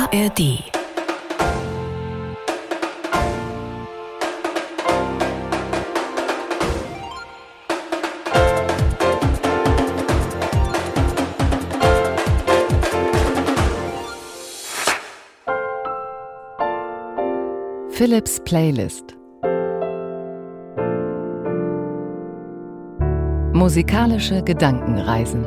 ARD. Philips Playlist. Musikalische Gedankenreisen.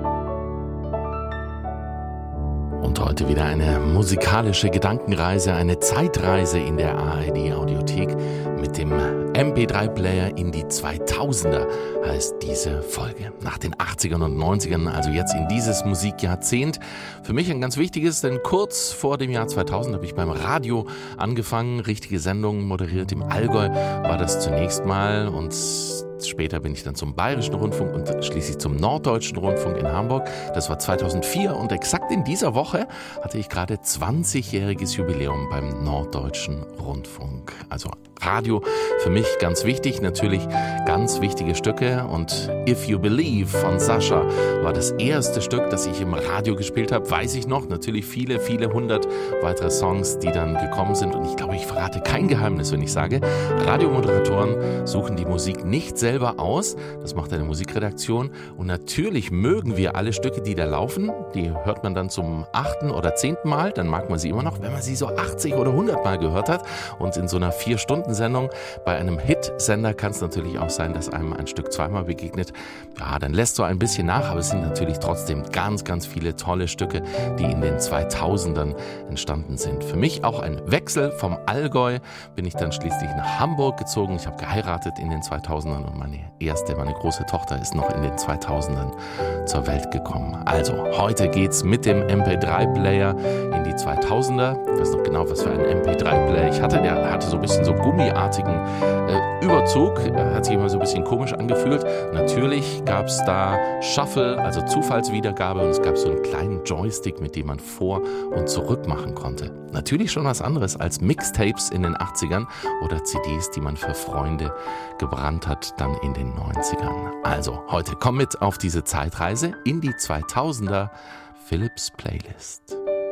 Und heute wieder eine musikalische Gedankenreise, eine Zeitreise in der ARD-Audiothek mit dem MP3-Player in die 2000er heißt diese Folge. Nach den 80ern und 90ern, also jetzt in dieses Musikjahrzehnt. Für mich ein ganz wichtiges, denn kurz vor dem Jahr 2000 habe ich beim Radio angefangen, richtige Sendungen moderiert. Im Allgäu war das zunächst mal und später bin ich dann zum Bayerischen Rundfunk und schließlich zum Norddeutschen Rundfunk in Hamburg. Das war 2004 und exakt in dieser Woche hatte ich gerade 20-jähriges Jubiläum beim Norddeutschen Rundfunk. Also Radio für mich ganz wichtig, natürlich ganz wichtige Stücke und If You Believe von Sascha war das erste Stück, das ich im Radio gespielt habe, weiß ich noch. Natürlich viele, viele hundert weitere Songs, die dann gekommen sind und ich glaube, ich verrate kein Geheimnis, wenn ich sage, Radiomoderatoren suchen die Musik nicht selber aus, das macht eine Musikredaktion und natürlich mögen wir alle Stücke, die da laufen, die hört man dann zum 8. oder 10. Mal, dann mag man sie immer noch, wenn man sie so 80 oder 100 Mal gehört hat und in so einer 4-Stunden-Sendung, bei einem Hit-Sender kann es natürlich auch sein, dass einem ein Stück zweimal begegnet, ja, dann lässt so ein bisschen nach, aber es sind natürlich trotzdem ganz, ganz viele tolle Stücke, die in den 2000ern entstanden sind. Für mich auch ein Wechsel vom Allgäu, bin ich dann schließlich nach Hamburg gezogen, ich habe geheiratet in den 2000ern und meine große Tochter ist noch in den 2000ern zur Welt gekommen. Also, heute geht's mit dem MP3-Player in die 2000er. Ich weiß noch genau, was für einen MP3-Player ich hatte. Der hatte so ein bisschen so gummiartigen Überzug. Hat sich immer so ein bisschen komisch angefühlt. Natürlich gab's da Shuffle, also Zufallswiedergabe und es gab so einen kleinen Joystick, mit dem man vor- und zurück machen konnte. Natürlich schon was anderes als Mixtapes in den 80ern oder CDs, die man für Freunde gebrannt hat, dann in den 90ern. Also, heute komm mit auf diese Zeitreise in die 2000er Philips Playlist.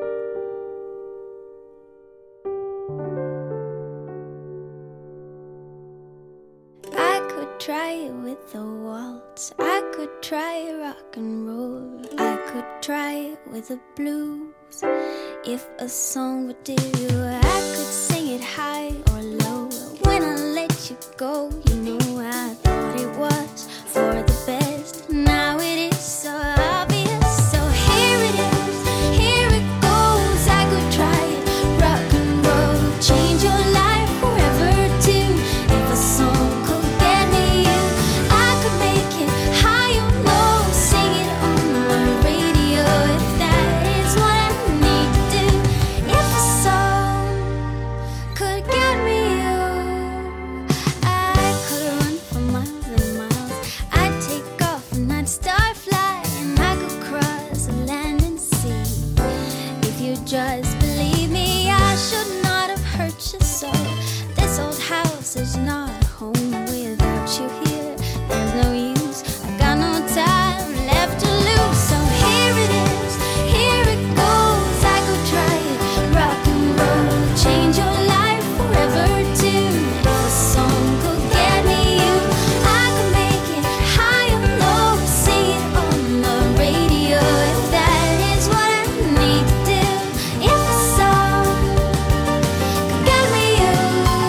I could try with the waltz, I could try rock and roll, I could try with the blues. If a song would do, I could sing it high or low. When I let you go, you know I thought it was for the best. Now it is so obvious. So here it is, here it goes. I could try it, rock and roll, change your life forever too. If a song could get me you, I could make it high or low, sing it on the radio if that is what I need to do. If a song could get me you, I could run for miles and miles. I'd take off and I'd start flying. I could cross the land and sea. If you just believe me, I should not have hurt you so. This old house is not home without you here. There's no use, I got no time left to lose. So here it is, here it goes. I could try it, rock and roll, change your life forever too. If a song could get me you, I could make it high or low, sing it on the radio if that is what I need to do. If a song could get me you,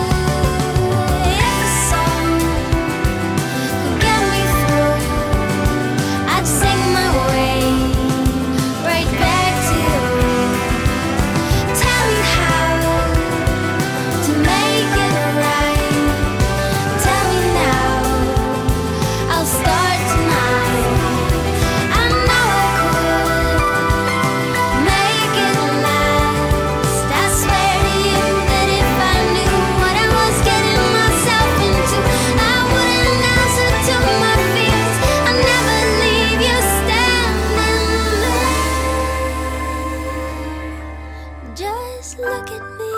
if a song could get me through, I'd sing my way right back to you. Tell me how to make it right. Tell me now, I'll start tonight. I know I could make it last. I swear to you that if I knew what I was getting myself into, I wouldn't answer to my fears. I'd never leave you standing there. Just look at me.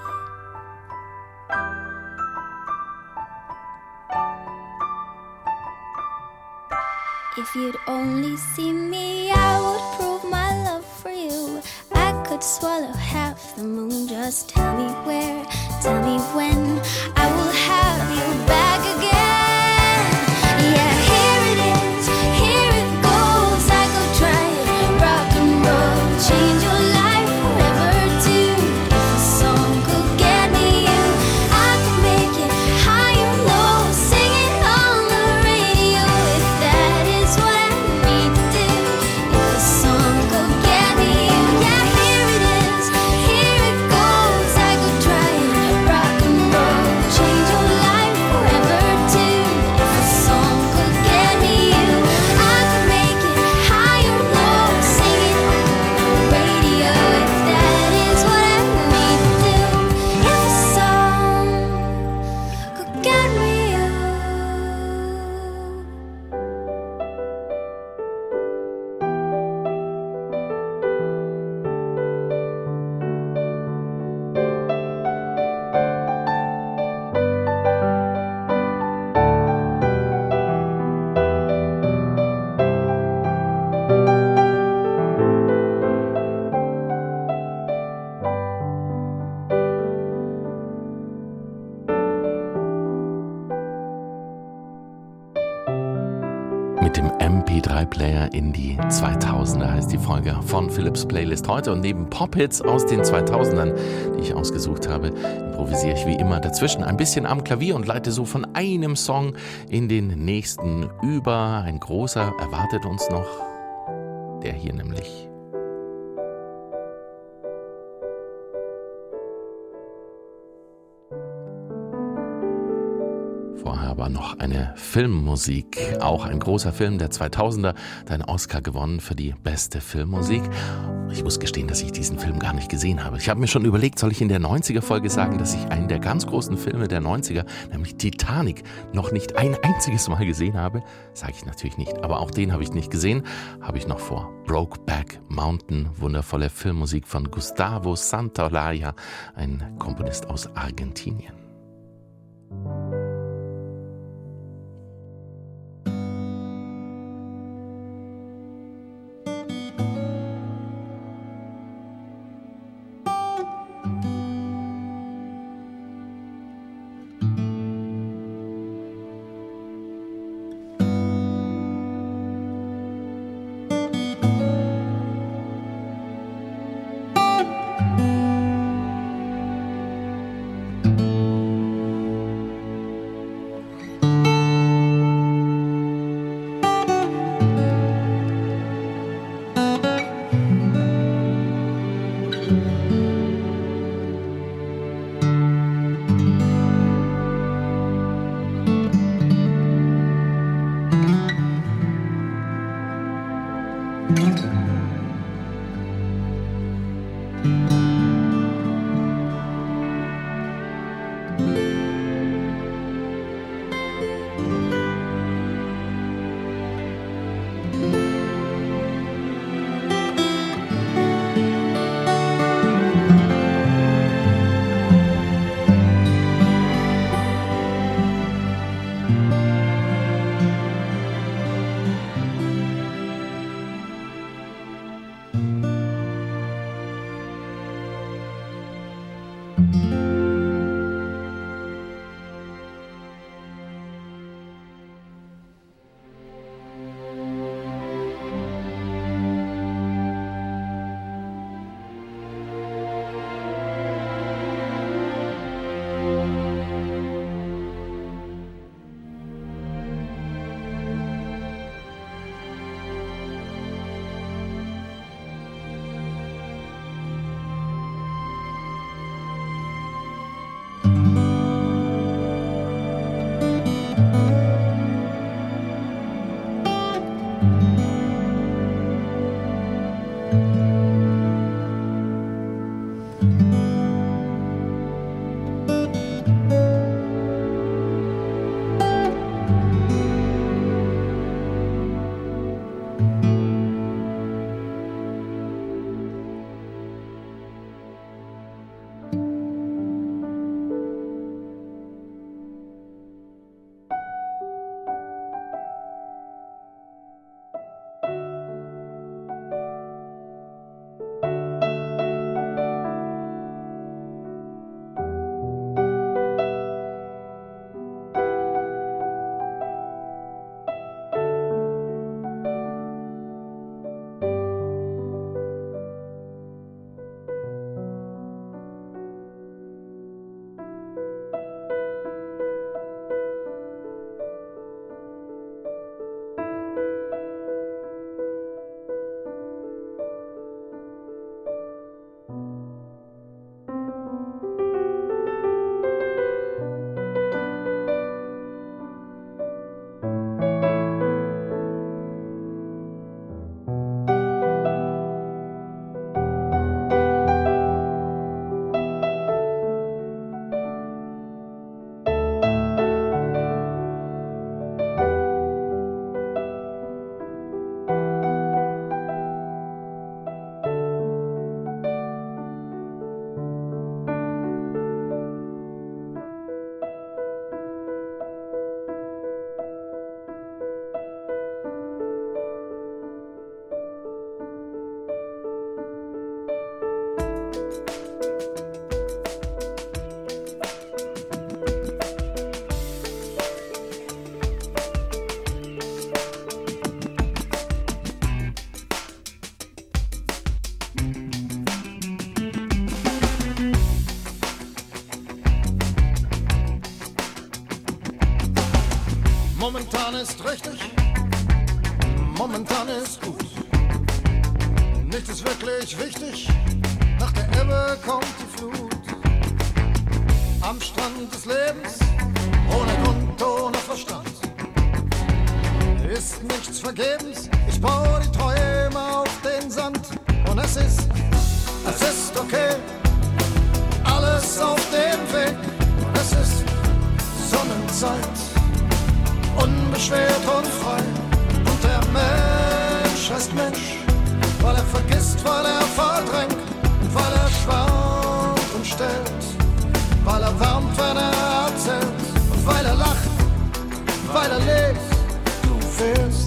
If you'd only see me, I would prove my love for you. I could swallow half half the moon. Just tell me where, tell me when I will have you back again. Yeah, here it is, here it goes. I could try it, rock and roll, change your life forever too. If a song could get me you, I could make it high or low, sing it on the radio. If that is what I need to do, if a song could get me you, yeah, here it is, here it goes. I could try it, rock and roll, change your life forever too. If a song could get me you, I could make it high or low, sing it on the radio. If that is what I need to do, if a song could get me you. Mit dem MP3-Player in die 2000er heißt die Folge von Philips Playlist heute. Und neben Pop-Hits aus den 2000ern, die ich ausgesucht habe, improvisiere ich wie immer dazwischen ein bisschen am Klavier und leite so von einem Song in den nächsten über. Ein großer erwartet uns noch, der hier nämlich. Vorher aber noch eine Filmmusik, auch ein großer Film der 2000er, hat einen Oscar gewonnen für die beste Filmmusik. Ich muss gestehen, dass ich diesen Film gar nicht gesehen habe. Ich habe mir schon überlegt, soll ich in der 90er-Folge sagen, dass ich einen der ganz großen Filme der 90er, nämlich Titanic, noch nicht ein einziges Mal gesehen habe? Sage ich natürlich nicht, aber auch den habe ich nicht gesehen, habe ich noch vor. Brokeback Mountain, wundervolle Filmmusik von Gustavo Santaolalla, ein Komponist aus Argentinien. Momentan ist richtig, momentan ist gut. Nichts ist wirklich wichtig, nach der Ebbe kommt die Flut. Am Strand des Lebens, ohne Grund, ohne Verstand, ist nichts vergebens, ich baue die Träume auf den Sand. Und es ist okay, alles auf dem Weg. Und es ist Sonnenzeit, unbeschwert und frei. Und der Mensch heißt Mensch, weil er vergisst, weil er verdrängt, weil er schwant und stellt, weil er wärmt, wenn er erzählt, und weil er lacht, weil er lebt, du fehlst.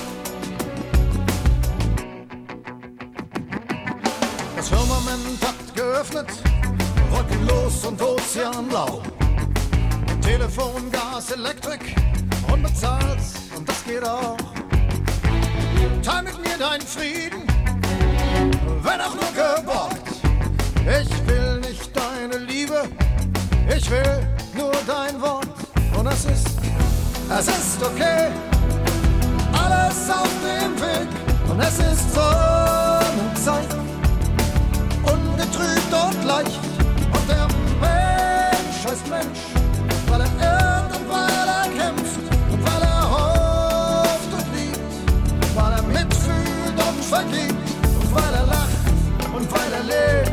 Das Firmament hat geöffnet, wolkenlos und ozeanblau. Telefon, Gas, Elektrik, unbezahlt, und das geht auch. Teil mit mir deinen Frieden, wenn auch nur geborgt. Ich will nicht deine Liebe, ich will nur dein Wort. Und es ist okay, alles auf dem Weg. Und es ist Sonnenzeit, ungetrübt und leicht. Und der Mensch heißt Mensch, weil er irrt und weil er kämpft und weil er hofft und liebt, weil er mitfühlt und vergibt und weil er lacht und weil er lebt.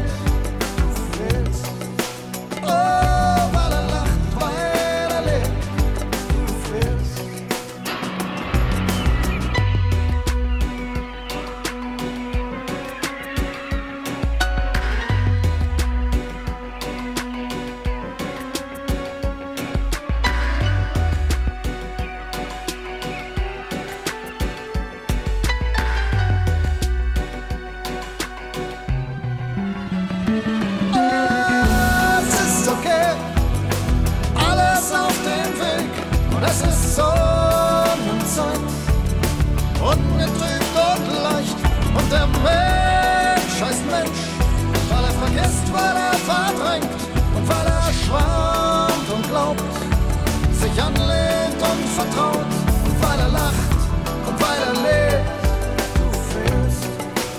Oh, weil er lacht, weil er lebt, du fehlst. Es ist Sonnenzeit, ungetrübt und leicht. Und der Mensch heißt Mensch, weil er vergisst, weil er verdrängt und weil er schwant und glaubt, sich anlehnt und vertraut. Und weil er lacht und weil er lebt, du fehlst.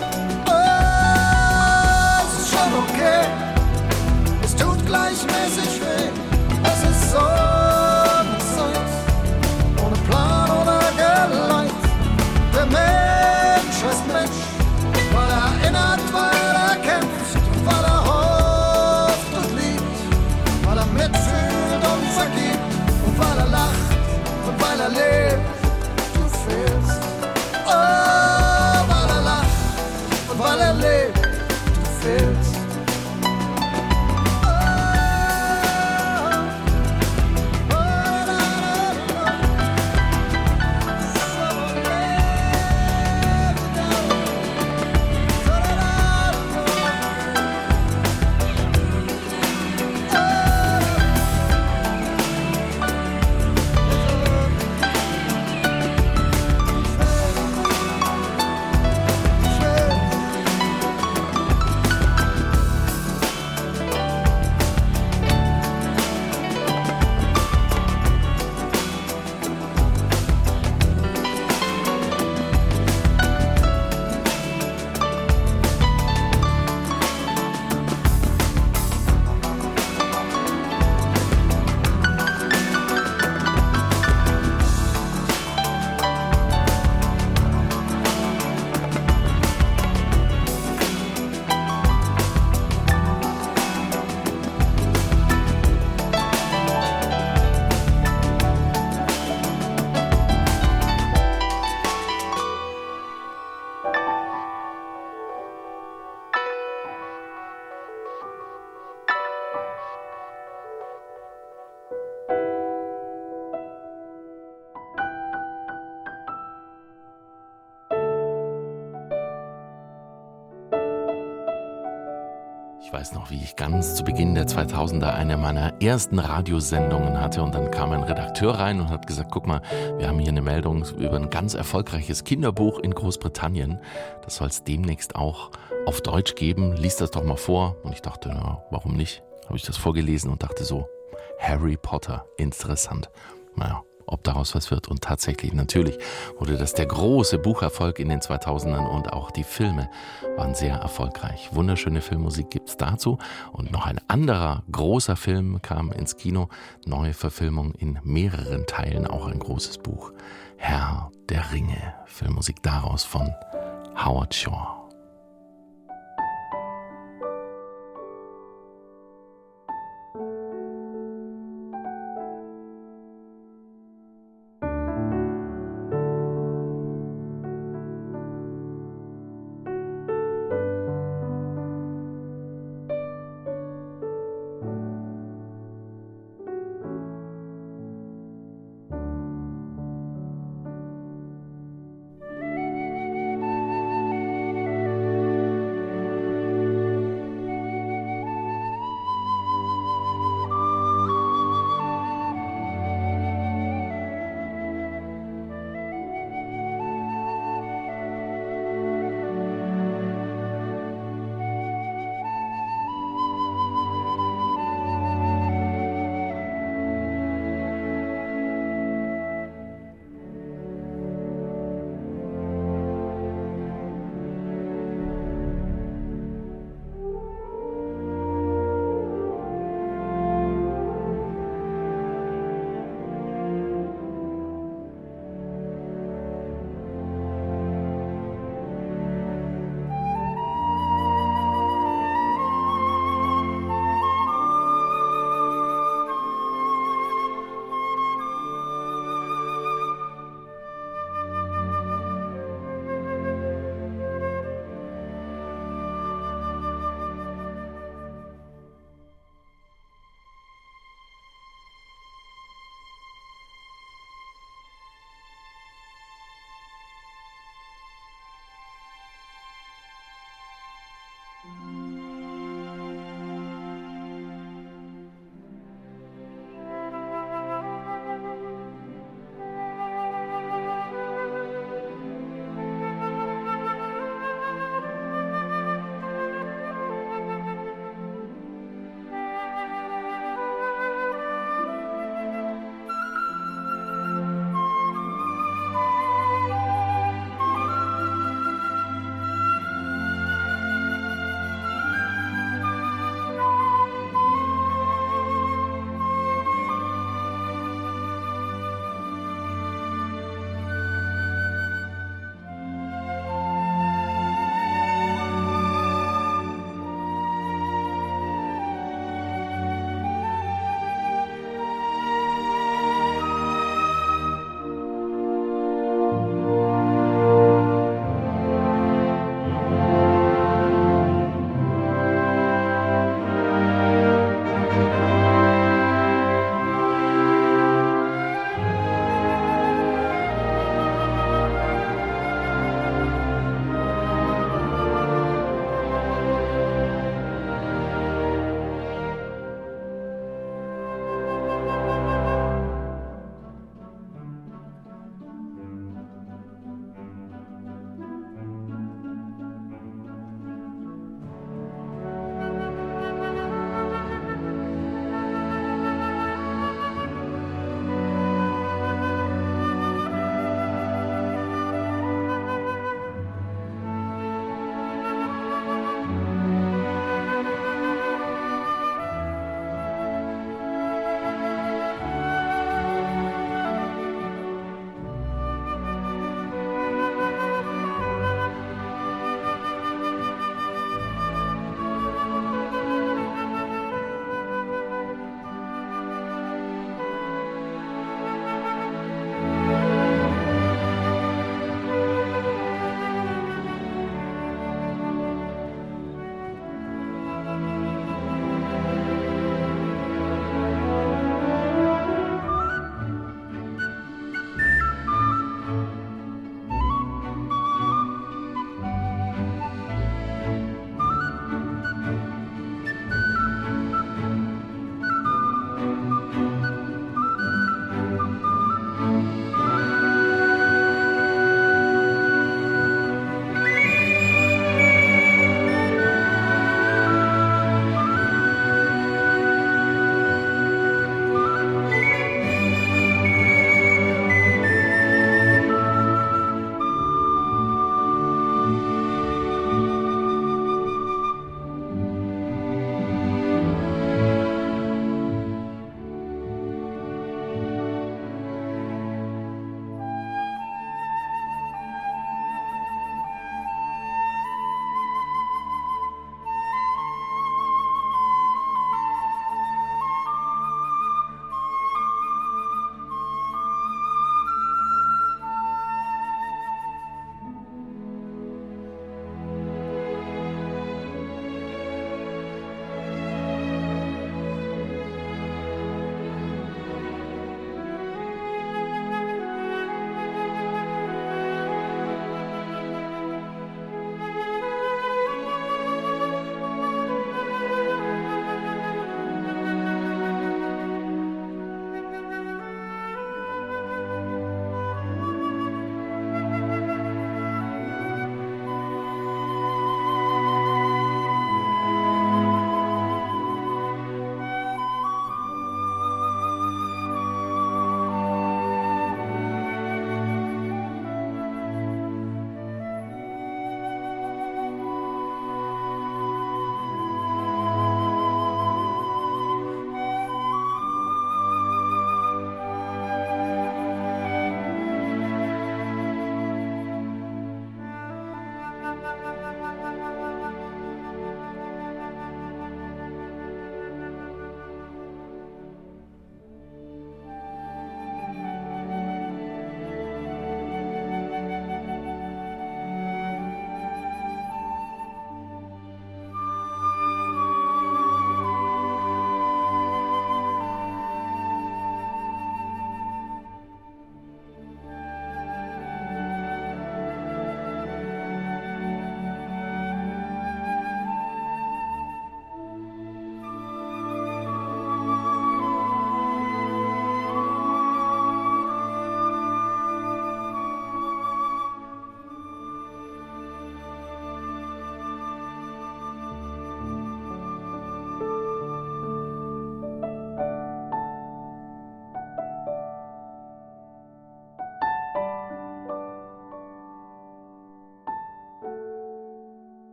Oh, es ist schon okay, es tut gleichmäßig weh. Es ist Sonnenzeit, ohne Plan oder Geleit. Der Mensch heißt Mensch, weil er erinnert, weil er kämpft, weil er hofft und liebt, weil er mitfühlt und vergibt und weil er lacht und weil er lebt, du fehlst. Oh, weil er lacht und weil er lebt, du fehlst. Ich weiß noch, wie ich ganz zu Beginn der 2000er eine meiner ersten Radiosendungen hatte und dann kam ein Redakteur rein und hat gesagt, guck mal, wir haben hier eine Meldung über ein ganz erfolgreiches Kinderbuch in Großbritannien. Das soll es demnächst auch auf Deutsch geben. Lies das doch mal vor. Und ich dachte, na, warum nicht? Habe ich das vorgelesen und dachte so, Harry Potter, interessant. Naja, ob daraus was wird. Und tatsächlich, natürlich wurde das der große Bucherfolg in den 2000ern und auch die Filme waren sehr erfolgreich. Wunderschöne Filmmusik gibt's dazu. Und noch ein anderer großer Film kam ins Kino. Neue Verfilmung in mehreren Teilen, auch ein großes Buch. Herr der Ringe. Filmmusik daraus von Howard Shore.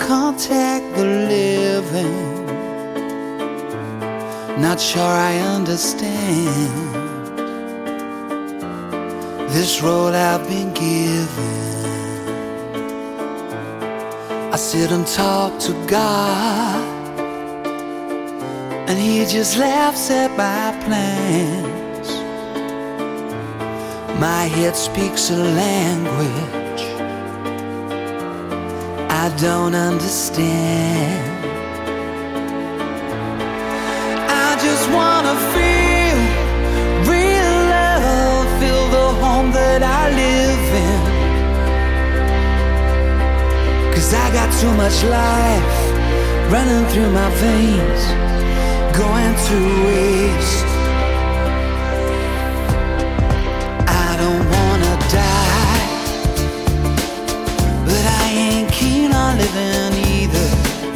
contact the living. Not sure I understand this road I've been given. I sit and talk to God, and He just laughs at my plans. My head speaks a language I don't understand. I just wanna feel real love, feel the home that I live in. 'Cause I got too much life running through my veins, going to waste. I don't wanna die, but I ain't keen on living either.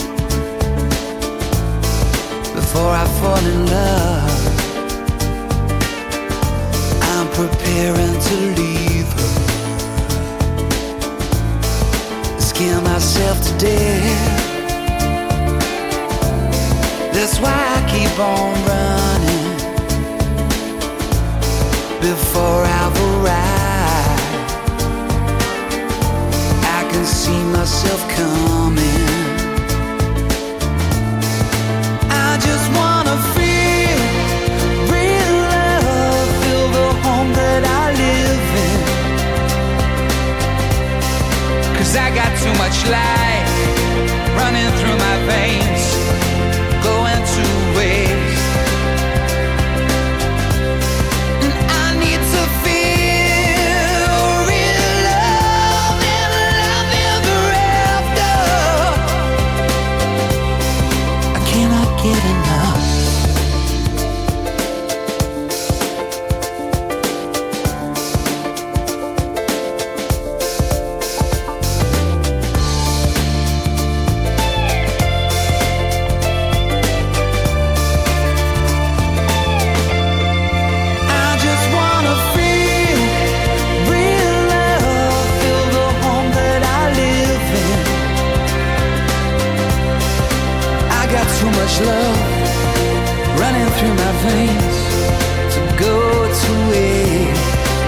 Before I fall in love, I'm preparing to leave her. Scare myself to death. That's why I keep on running before I've arrived. I can see myself coming. I just wanna feel real love, feel the home that I live in. 'Cause I got too much life running through my veins, going to waste. And I need to feel real love and love ever after. I cannot get enough. Too much love running through my veins to go to waste.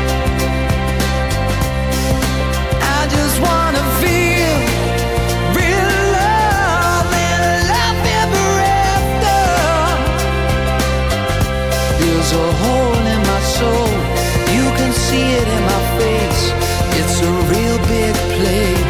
I just wanna feel real love and love ever after. There's a hole in my soul, you can see it in my face. It's a real big place.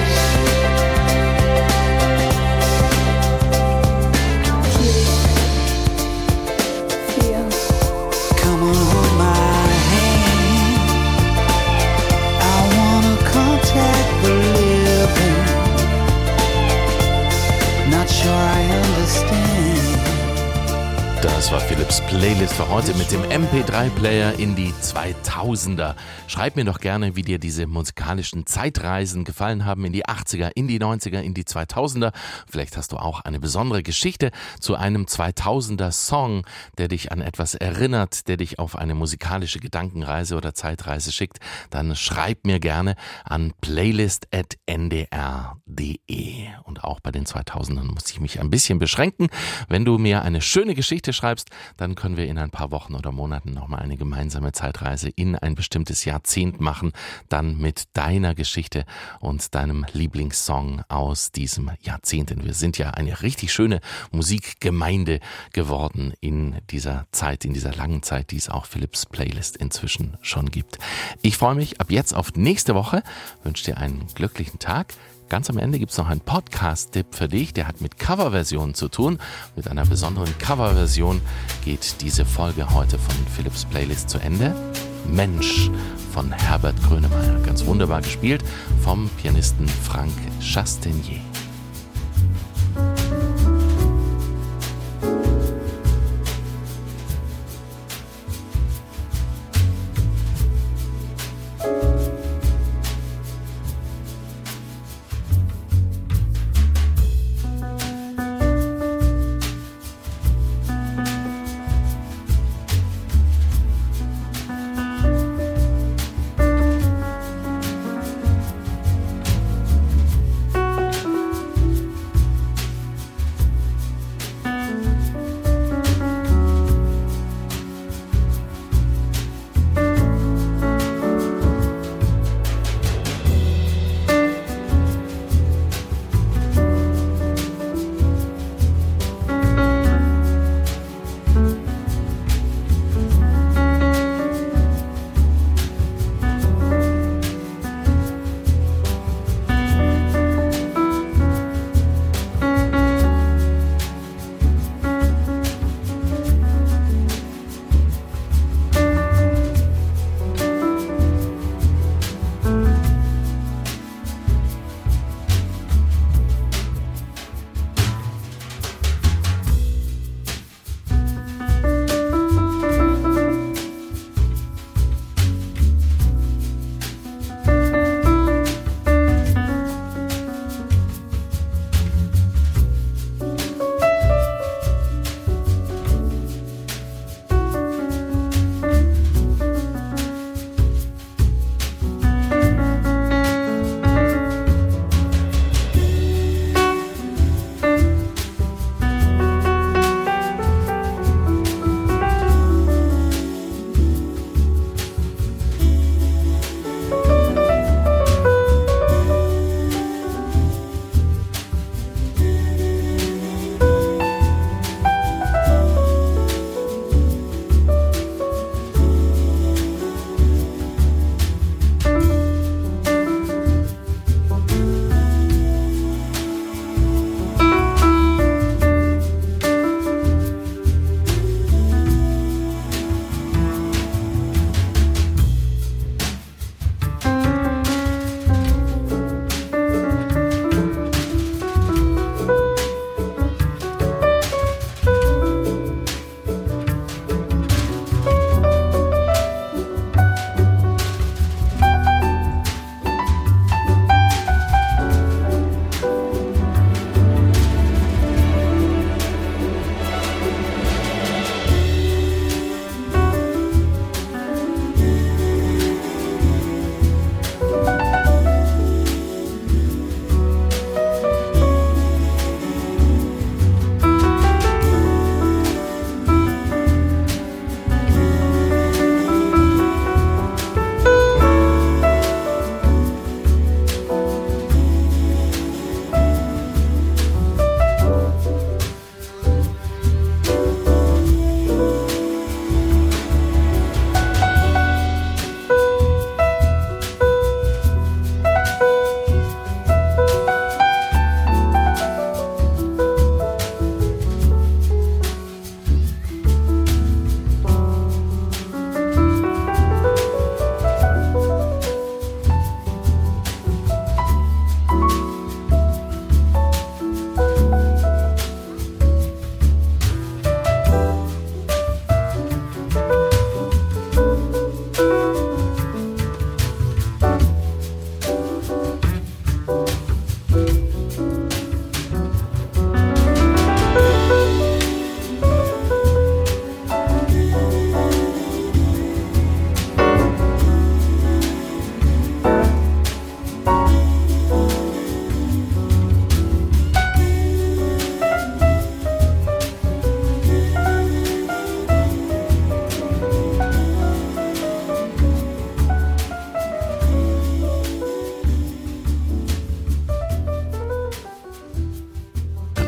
Das war Philips Playlist für heute mit dem MP3-Player in die 2000er. Schreib mir doch gerne, wie dir diese musikalischen Zeitreisen gefallen haben in die 80er, in die 90er, in die 2000er. Vielleicht hast du auch eine besondere Geschichte zu einem 2000er-Song, der dich an etwas erinnert, der dich auf eine musikalische Gedankenreise oder Zeitreise schickt. Dann schreib mir gerne an playlist@ndr.de. Und auch bei den 2000ern muss ich mich ein bisschen beschränken. Wenn du mir eine schöne Geschichte schreibst, dann können wir in ein paar Wochen oder Monaten nochmal eine gemeinsame Zeitreise in ein bestimmtes Jahrzehnt machen, dann mit deiner Geschichte und deinem Lieblingssong aus diesem Jahrzehnt. Denn wir sind ja eine richtig schöne Musikgemeinde geworden in dieser Zeit, in dieser langen Zeit, die es auch Philips Playlist inzwischen schon gibt. Ich freue mich ab jetzt auf nächste Woche, wünsche dir einen glücklichen Tag. Ganz am Ende gibt es noch einen Podcast-Tipp für dich, der hat mit Coverversionen zu tun. Mit einer besonderen Coverversion geht diese Folge heute von Philips Playlist zu Ende. Mensch von Herbert Grönemeyer, ganz wunderbar gespielt vom Pianisten Frank Chastenier.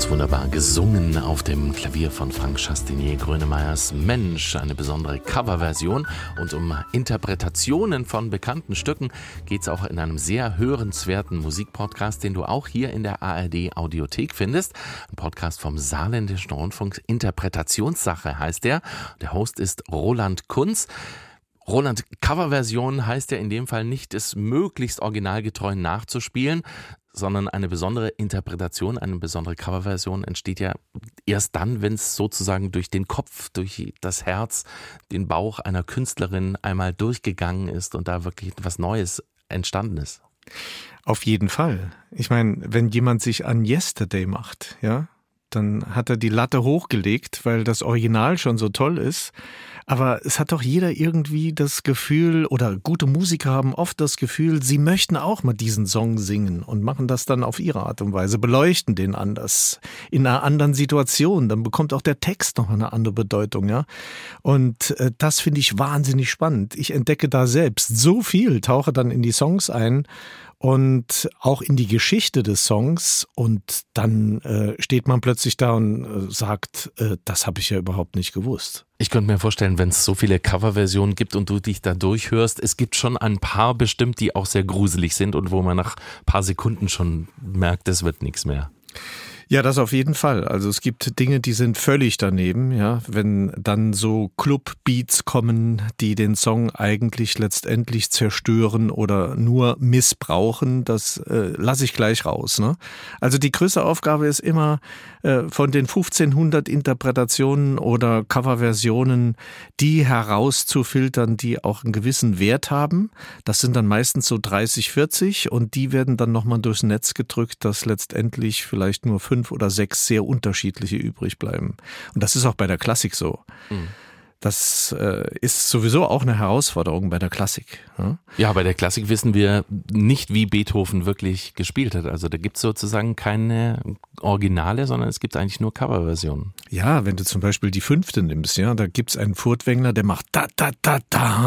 Ganz wunderbar gesungen auf dem Klavier von Frank Chastinier Grönemeyers Mensch, eine besondere Coverversion. Und um Interpretationen von bekannten Stücken geht es auch in einem sehr hörenswerten Musikpodcast, den du auch hier in der ARD Audiothek findest. Ein Podcast vom Saarländischen Rundfunk, Interpretationssache heißt der. Der Host ist Roland Kunz. Roland, Coverversion heißt ja in dem Fall nicht, es möglichst originalgetreu nachzuspielen, sondern eine besondere Interpretation, eine besondere Coverversion entsteht ja erst dann, wenn es sozusagen durch den Kopf, durch das Herz, den Bauch einer Künstlerin einmal durchgegangen ist und da wirklich was Neues entstanden ist. Auf jeden Fall. Ich meine, wenn jemand sich an Yesterday macht, ja, dann hat er die Latte hochgelegt, weil das Original schon so toll ist. Aber es hat doch jeder irgendwie das Gefühl, oder gute Musiker haben oft das Gefühl, sie möchten auch mal diesen Song singen und machen das dann auf ihre Art und Weise, beleuchten den anders, in einer anderen Situation. Dann bekommt auch der Text noch eine andere Bedeutung, ja. Und das finde ich wahnsinnig spannend. Ich entdecke da selbst so viel, tauche dann in die Songs ein und auch in die Geschichte des Songs und dann steht man plötzlich da und sagt, das habe ich ja überhaupt nicht gewusst. Ich könnte mir vorstellen, wenn es so viele Coverversionen gibt und du dich da durchhörst, es gibt schon ein paar bestimmt, die auch sehr gruselig sind und wo man nach ein paar Sekunden schon merkt, es wird nichts mehr. Ja, das auf jeden Fall. Also es gibt Dinge, die sind völlig daneben, ja, wenn dann so Club-Beats kommen, die den Song eigentlich letztendlich zerstören oder nur missbrauchen, das lasse ich gleich raus, ne? Also die größte Aufgabe ist immer von den 1500 Interpretationen oder Coverversionen, die herauszufiltern, die auch einen gewissen Wert haben. Das sind dann meistens so 30, 40 und die werden dann nochmal durchs Netz gedrückt, dass letztendlich vielleicht nur 5 oder 6 sehr unterschiedliche übrig bleiben. Und das ist auch bei der Klassik so. Mhm. Das ist sowieso auch eine Herausforderung bei der Klassik. Ja? Ja, bei der Klassik wissen wir nicht, wie Beethoven wirklich gespielt hat. Also da gibt es sozusagen keine Originale, sondern es gibt eigentlich nur Coverversionen. Ja, wenn du zum Beispiel die 5. nimmst, ja, da gibt es einen Furtwängler, der macht da, da, da,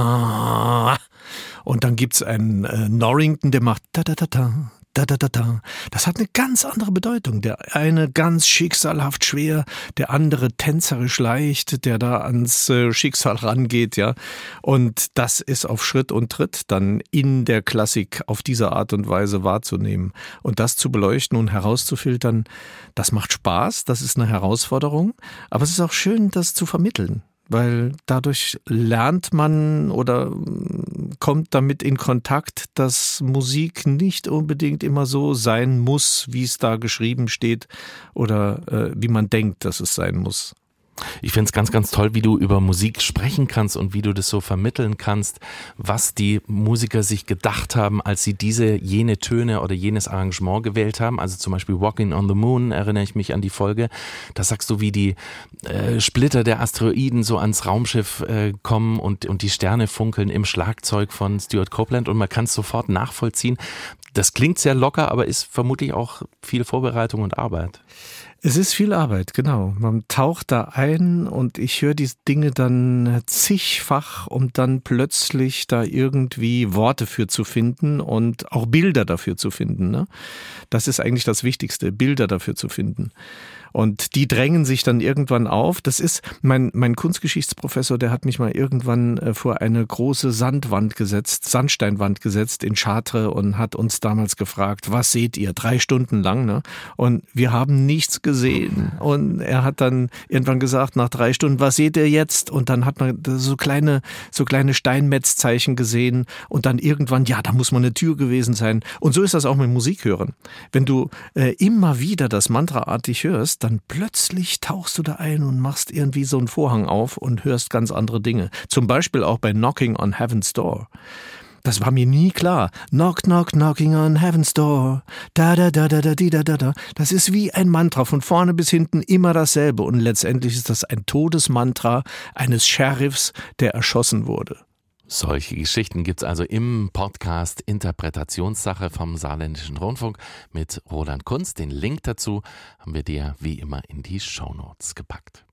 da. Und dann gibt es einen Norrington, der macht da, da, da, da. Da, da, da, da. Das hat eine ganz andere Bedeutung. Der eine ganz schicksalhaft schwer, der andere tänzerisch leicht, der da ans Schicksal rangeht, ja. Und das ist auf Schritt und Tritt dann in der Klassik auf diese Art und Weise wahrzunehmen. Und das zu beleuchten und herauszufiltern, das macht Spaß, das ist eine Herausforderung. Aber es ist auch schön, das zu vermitteln. Weil dadurch lernt man oder kommt damit in Kontakt, dass Musik nicht unbedingt immer so sein muss, wie es da geschrieben steht oder wie man denkt, dass es sein muss. Ich finde es ganz, ganz toll, wie du über Musik sprechen kannst und wie du das so vermitteln kannst, was die Musiker sich gedacht haben, als sie jene Töne oder jenes Arrangement gewählt haben. Also zum Beispiel Walking on the Moon, erinnere ich mich an die Folge. Da sagst du, wie die Splitter der Asteroiden so ans Raumschiff kommen und die Sterne funkeln im Schlagzeug von Stuart Copeland und man kann es sofort nachvollziehen. Das klingt sehr locker, aber ist vermutlich auch viel Vorbereitung und Arbeit. Es ist viel Arbeit, genau. Man taucht da ein und ich höre die Dinge dann zigfach, um dann plötzlich da irgendwie Worte für zu finden und auch Bilder dafür zu finden, ne? Das ist eigentlich das Wichtigste, Bilder dafür zu finden. Und die drängen sich dann irgendwann auf. Das ist mein Kunstgeschichtsprofessor, der hat mich mal irgendwann vor eine große Sandsteinwand gesetzt in Chartres und hat uns damals gefragt, was seht ihr? 3 Stunden lang, ne? Und wir haben nichts gesehen. Und er hat dann irgendwann gesagt, nach 3 Stunden, was seht ihr jetzt? Und dann hat man so kleine Steinmetzzeichen gesehen und dann irgendwann, ja, da muss mal eine Tür gewesen sein. Und so ist das auch mit Musik hören. Wenn du immer wieder das mantraartig hörst, dann plötzlich tauchst du da ein und machst irgendwie so einen Vorhang auf und hörst ganz andere Dinge. Zum Beispiel auch bei Knocking on Heaven's Door. Das war mir nie klar. Knock, knock, knocking on Heaven's Door. Da, da, da, da, da, da, da, da. Das ist wie ein Mantra, von vorne bis hinten immer dasselbe. Und letztendlich ist das ein Todesmantra eines Sheriffs, der erschossen wurde. Solche Geschichten gibt's also im Podcast Interpretationssache vom Saarländischen Rundfunk mit Roland Kunz. Den Link dazu haben wir dir wie immer in die Shownotes gepackt.